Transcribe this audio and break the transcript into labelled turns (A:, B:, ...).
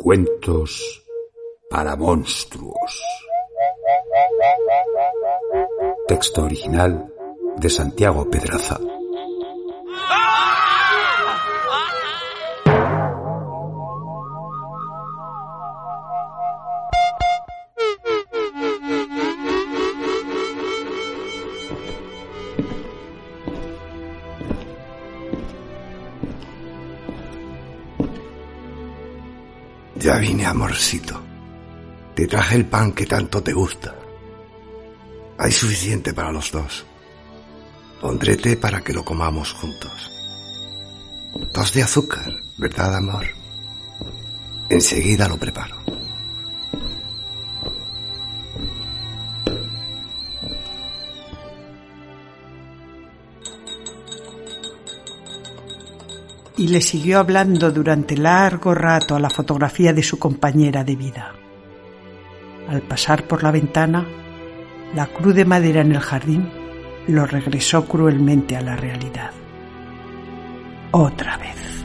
A: Cuentos para monstruos. Texto original de Santiago Pedraza.
B: Ya vine, amorcito. Te traje el pan que tanto te gusta. Hay suficiente para los dos. Pondré té para que lo comamos juntos. 2 de azúcar, ¿verdad, amor? Enseguida lo preparo.
C: Y le siguió hablando durante largo rato a la fotografía de su compañera de vida. Al pasar por la ventana, la cruz de madera en el jardín lo regresó cruelmente a la realidad. Otra vez.